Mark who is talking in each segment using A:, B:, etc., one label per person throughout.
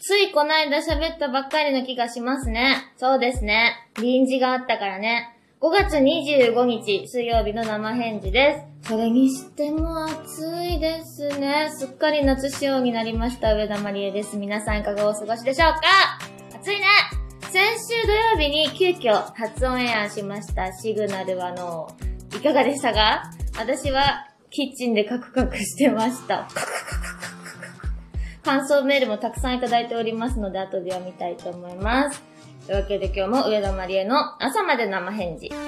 A: ついこの間喋ったばっかりの気がしますね。そうですね。臨時があったからね。5月25日水曜日の生返事です。それにしても暑いですね。すっかり夏仕様になりました上田まりえです。皆さんいかがお過ごしでしょうか？暑いね。先週土曜日に急遽初オンエアしましたシグナルいかがでしたか？私はキッチンでカクカクしてました。感想メールもたくさんいただいておりますので後で読みたいと思います。というわけで今日も上田まりえの朝まで生返事。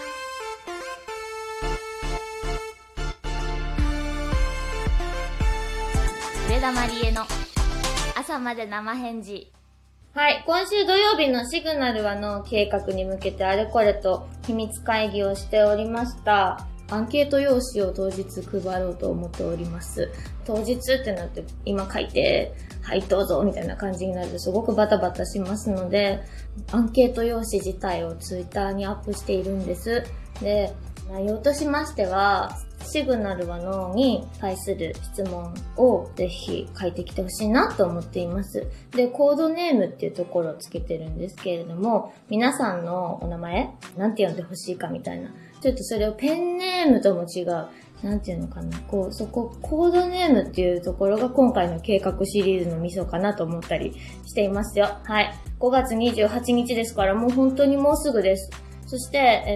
A: 上田まりえの朝まで生返事。はい、今週土曜日のシグナルの計画に向けてあれこれと秘密会議をしておりました。アンケート用紙を当日配ろうと思っております。当日ってなって今書いて、はいどうぞみたいな感じになるとすごくバタバタしますので、アンケート用紙自体をツイッターにアップしているんです。で、内容としましては、シグナルに対する質問をぜひ書いてきてほしいなと思っています。で、コードネームっていうところをつけてるんですけれども、皆さんのお名前、なんて呼んでほしいかみたいな。ちょっとそれをペンネームとも違う。なんていうのかな。コードネームっていうところが今回の計画シリーズのミソかなと思ったりしていますよ。はい。5月28日ですからもう本当にもうすぐです。そして、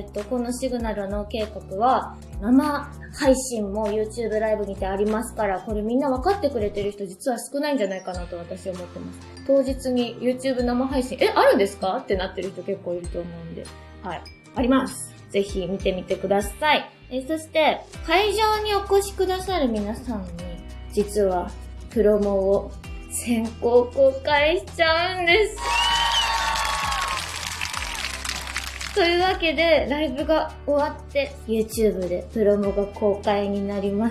A: このシグナルの計画は生配信も YouTube ライブにてありますから、これみんな分かってくれてる人実は少ないんじゃないかなと私は思ってます。当日に YouTube 生配信、あるんですかってなってる人結構いると思うんで。はい。あります。ぜひ見てみてください。そして、会場にお越しくださる皆さんに、実は、プロモを先行公開しちゃうんです。というわけで、ライブが終わって、YouTube でプロモが公開になります。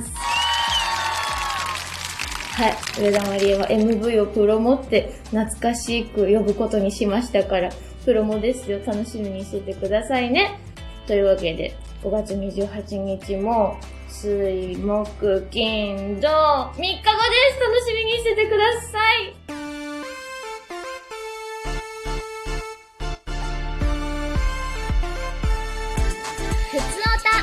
A: はい。上田まりえは MV をプロモって懐かしく呼ぶことにしましたから、プロモですよ。楽しみにしててくださいね。というわけで、5月28日も、水、木、金、土、3日後です。楽しみにしててください。ふつおた。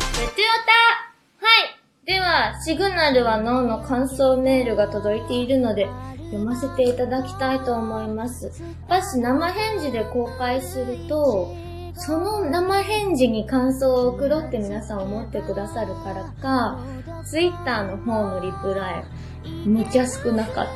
A: はい。では、シグナルの感想メールが届いているので、読ませていただきたいと思います。私、生返事で公開すると、その生返事に感想を送ろうって皆さん思ってくださるからか、Twitter の方のリプライ、めっちゃ少なかった。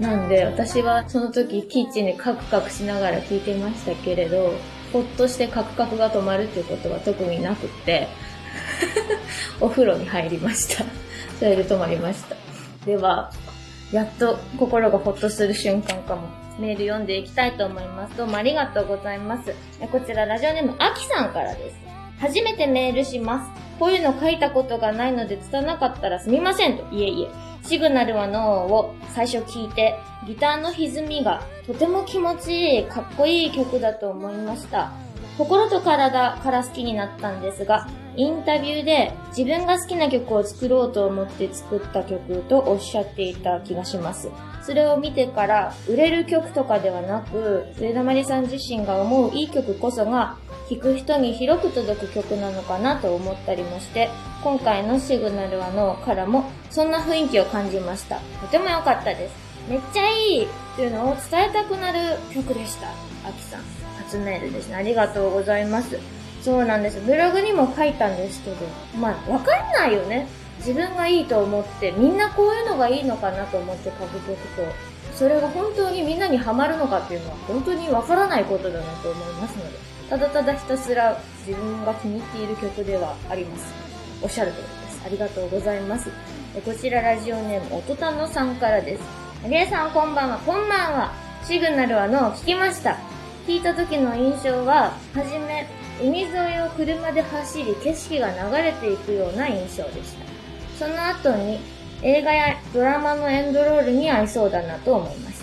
A: なんで、私はその時キッチンでカクカクしながら聞いてましたけれど、ほっとしてカクカクが止まるっていうことは特になくって、お風呂に入りました。それで止まりました。では、やっと心がほっとする瞬間かも。メール読んでいきたいと思います。どうもありがとうございます。こちらラジオネームあきさんからです。初めてメールします。こういうの書いたことがないので拙かったらすみませんと。いえいえ。シグナルを最初聞いて、ギターの歪みがとても気持ちいい、かっこいい曲だと思いました。心と体から好きになったんですが、インタビューで自分が好きな曲を作ろうと思って作った曲とおっしゃっていた気がします。それを見てから売れる曲とかではなく、上田まりさん自身が思ういい曲こそが聴く人に広く届く曲なのかなと思ったりもして、今回のシグナルからもそんな雰囲気を感じました。とても良かったです。めっちゃいいっていうのを伝えたくなる曲でした。あきさん、初メールですね。ありがとうございます。そうなんです。ブログにも書いたんですけど、わかんないよね。自分がいいと思って、みんなこういうのがいいのかなと思って書く曲と、それが本当にみんなにハマるのかっていうのは本当にわからないことだなと思いますので、ただただひたすら自分が気に入っている曲ではあります。おっしゃる通りです。ありがとうございます。こちらラジオネームおとたのさんからです。りえさんこんばんは。こんばんは。シグナル聞きました。聞いた時の印象は、はじめ、海沿いを車で走り景色が流れていくような印象でした。その後に映画やドラマのエンドロールに合いそうだなと思いました。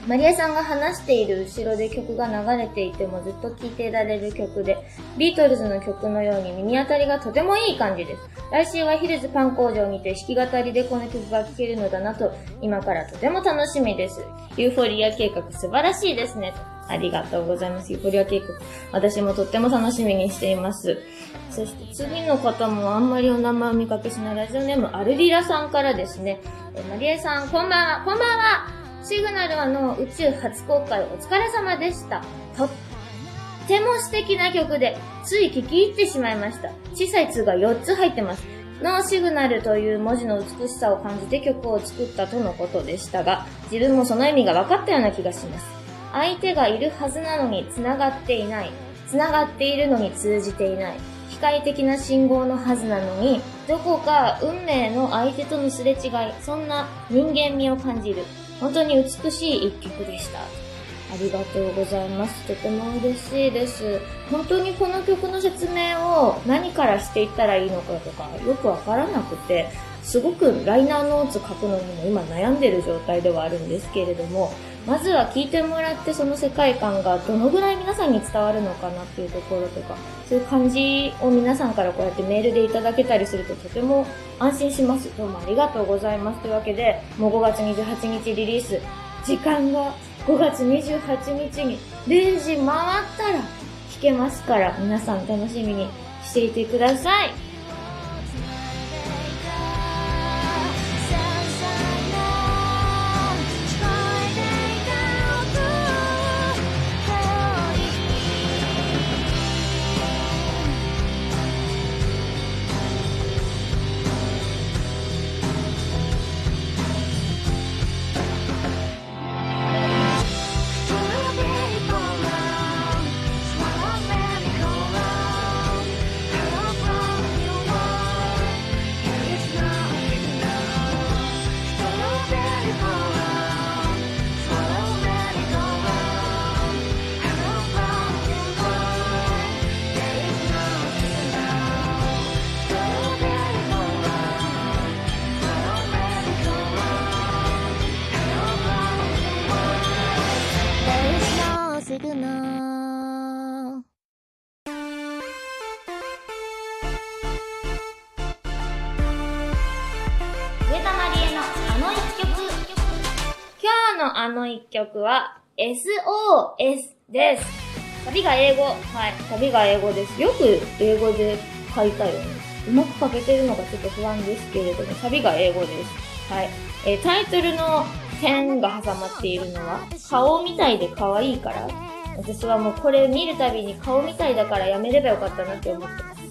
A: マリエさんが話している後ろで曲が流れていてもずっと聴いていられる曲で、ビートルズの曲のように耳当たりがとてもいい感じです。来週はヒルズパン工場にて弾き語りでこの曲が聴けるのだなと、今からとても楽しみです。ユーフォリア計画素晴らしいですね。ありがとうございます。ユーフォリア計画。私もとっても楽しみにしています。そして次の方もあんまりお名前を見かけしないラジオネームアルリラさんからですね。マリエさん、こんばんは。こんばんは。シグナルの宇宙初公開お疲れ様でした。とっても素敵な曲で、つい聴き入ってしまいました。小さい2が4つ入ってます。ノーシグナルという文字の美しさを感じて曲を作ったとのことでしたが、自分もその意味が分かったような気がします。相手がいるはずなのに繋がっていない。繋がっているのに通じていない。機械的な信号のはずなのに、どこか運命の相手とのすれ違い、そんな人間味を感じる。本当に美しい一曲でした。ありがとうございます。とても嬉しいです。本当にこの曲の説明を何からしていったらいいのかとかよくわからなくて、すごくライナーノーツ書くのにも今悩んでる状態ではあるんですけれども、まずは聞いてもらってその世界観がどのぐらい皆さんに伝わるのかなっていうところとか、そういう感じを皆さんからこうやってメールでいただけたりするととても安心します。どうもありがとうございます。というわけで、もう5月28日リリース、時間が5月28日に0時回ったら聞けますから、皆さん楽しみにしていてください。あの一曲は SOS です。サビが英語。はい。サビが英語です。よく英語で書いたよね。うまく書けてるのかちょっと不安ですけれども、サビが英語です。はい。タイトルの点が挟まっているのは、顔みたいで可愛いから。私はもうこれ見るたびに顔みたいだからやめればよかったなって思ってます。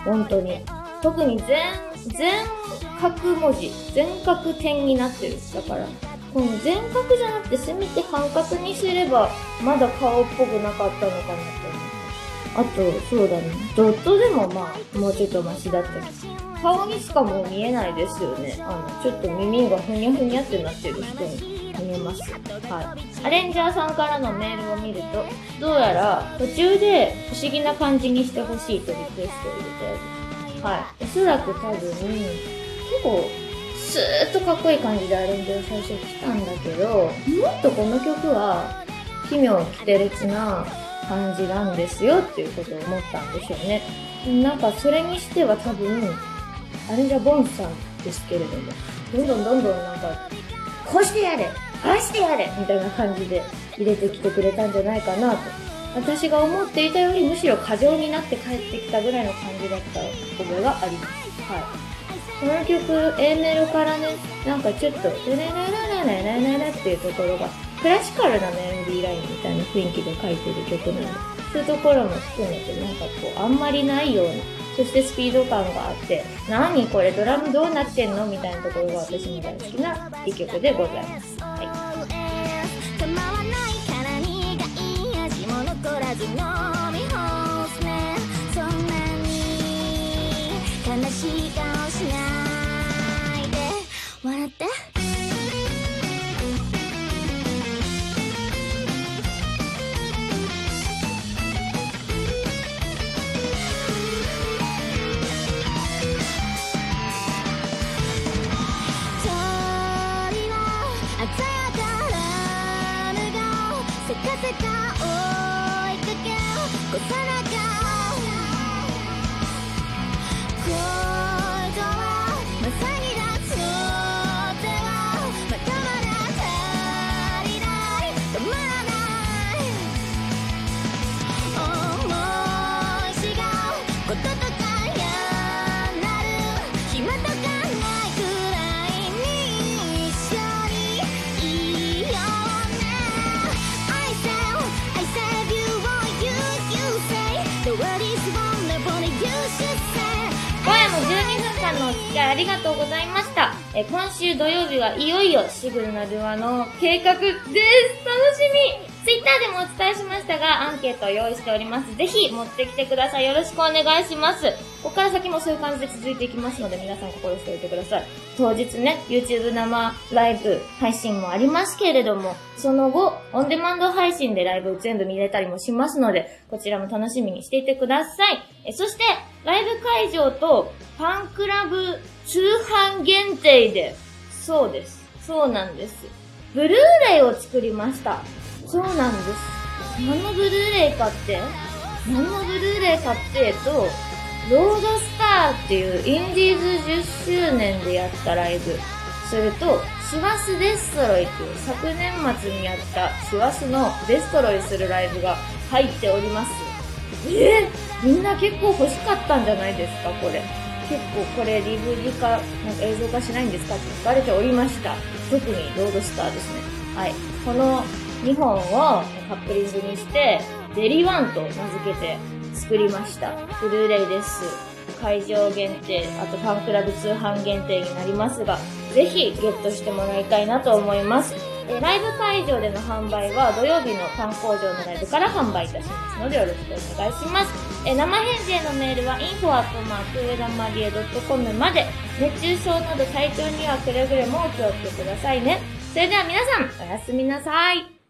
A: 本当に。特に全角文字、全角点になってる。だから、この全角じゃなくてせめて半角にすればまだ顔っぽくなかったのかなと思って。あと、そうだね。ドットでもまあ、もうちょっとマシだったけど。顔にしかもう見えないですよね。ちょっと耳がふにゃふにゃってなってる人に見えます。はい。アレンジャーさんからのメールを見ると、どうやら途中で不思議な感じにしてほしいとリクエストを入れてある。はい。おそらく多分、結構、スーッとかっこいい感じでアレンジを最初来たんだけど、もっとこの曲は奇妙奇て烈な感じなんですよっていうことを思ったんでしょうね。なんかそれにしては多分、アレンジャーボンさんですけれども、どんどんなんか、こうしてやれああしてやれみたいな感じで入れてきてくれたんじゃないかなと。私が思っていたよりむしろ過剰になって帰ってきたぐらいの感じだった覚えがあります。はい。この曲、A メロからね、なんかちょっと、レレレレレレレレっていうところが、クラシカルなメロディーラインみたいな雰囲気で書いてる曲なんで、そういうところも含めて、なんかこう、あんまりないような、そしてスピード感があって、何これドラムどうなってんのみたいなところが私も大好きな一曲でございます。はい。悲しい顔しないで笑って鳥は
B: か追いかける小さな顔恋とはまさにだそうではまだまだ足りない止まらない思い違うこととかやなる暇とかないくらいに一緒にいようね I said you want you say the world is wonderful you should say
A: 今夜も12分間のお付き合いありがとうございました。今週土曜日はいよいよシグナルワの計画です。楽しみ。ツイッターでもお伝えしましたが、アンケートを用意しております。ぜひ持ってきてください。よろしくお願いします。ここから先もそういう感じで続いていきますので、皆さん心しておいてください。当日ね、YouTube 生ライブ配信もありますけれども、その後、オンデマンド配信でライブ全部見れたりもしますので、こちらも楽しみにしていてください。そして、ライブ会場とファンクラブ通販限定で、そうです。そうなんです。ブルーレイを作りました。そうなんです。何のブルーレイかって、ロードスターっていうインディーズ10周年でやったライブ。それと、師走デストロイっていう昨年末にやった師走のデストロイするライブが入っております。みんな結構欲しかったんじゃないですか、これ。結構これ DVD 化、なんか映像化しないんですかって聞かれておりました。特にロードスターですね。はい。この2本をカップリングにして、デリワンと名付けて作りました。ブルーレイです。会場限定、あとファンクラブ通販限定になりますが、ぜひゲットしてもらいたいなと思います。ライブ会場での販売は土曜日のパン工場のライブから販売いたしますのでよろしくお願いします。生返事へのメールは info@uedamariye.com まで。熱中症など体調にはくれぐれもお気をつけくださいね。それでは皆さん、おやすみなさい。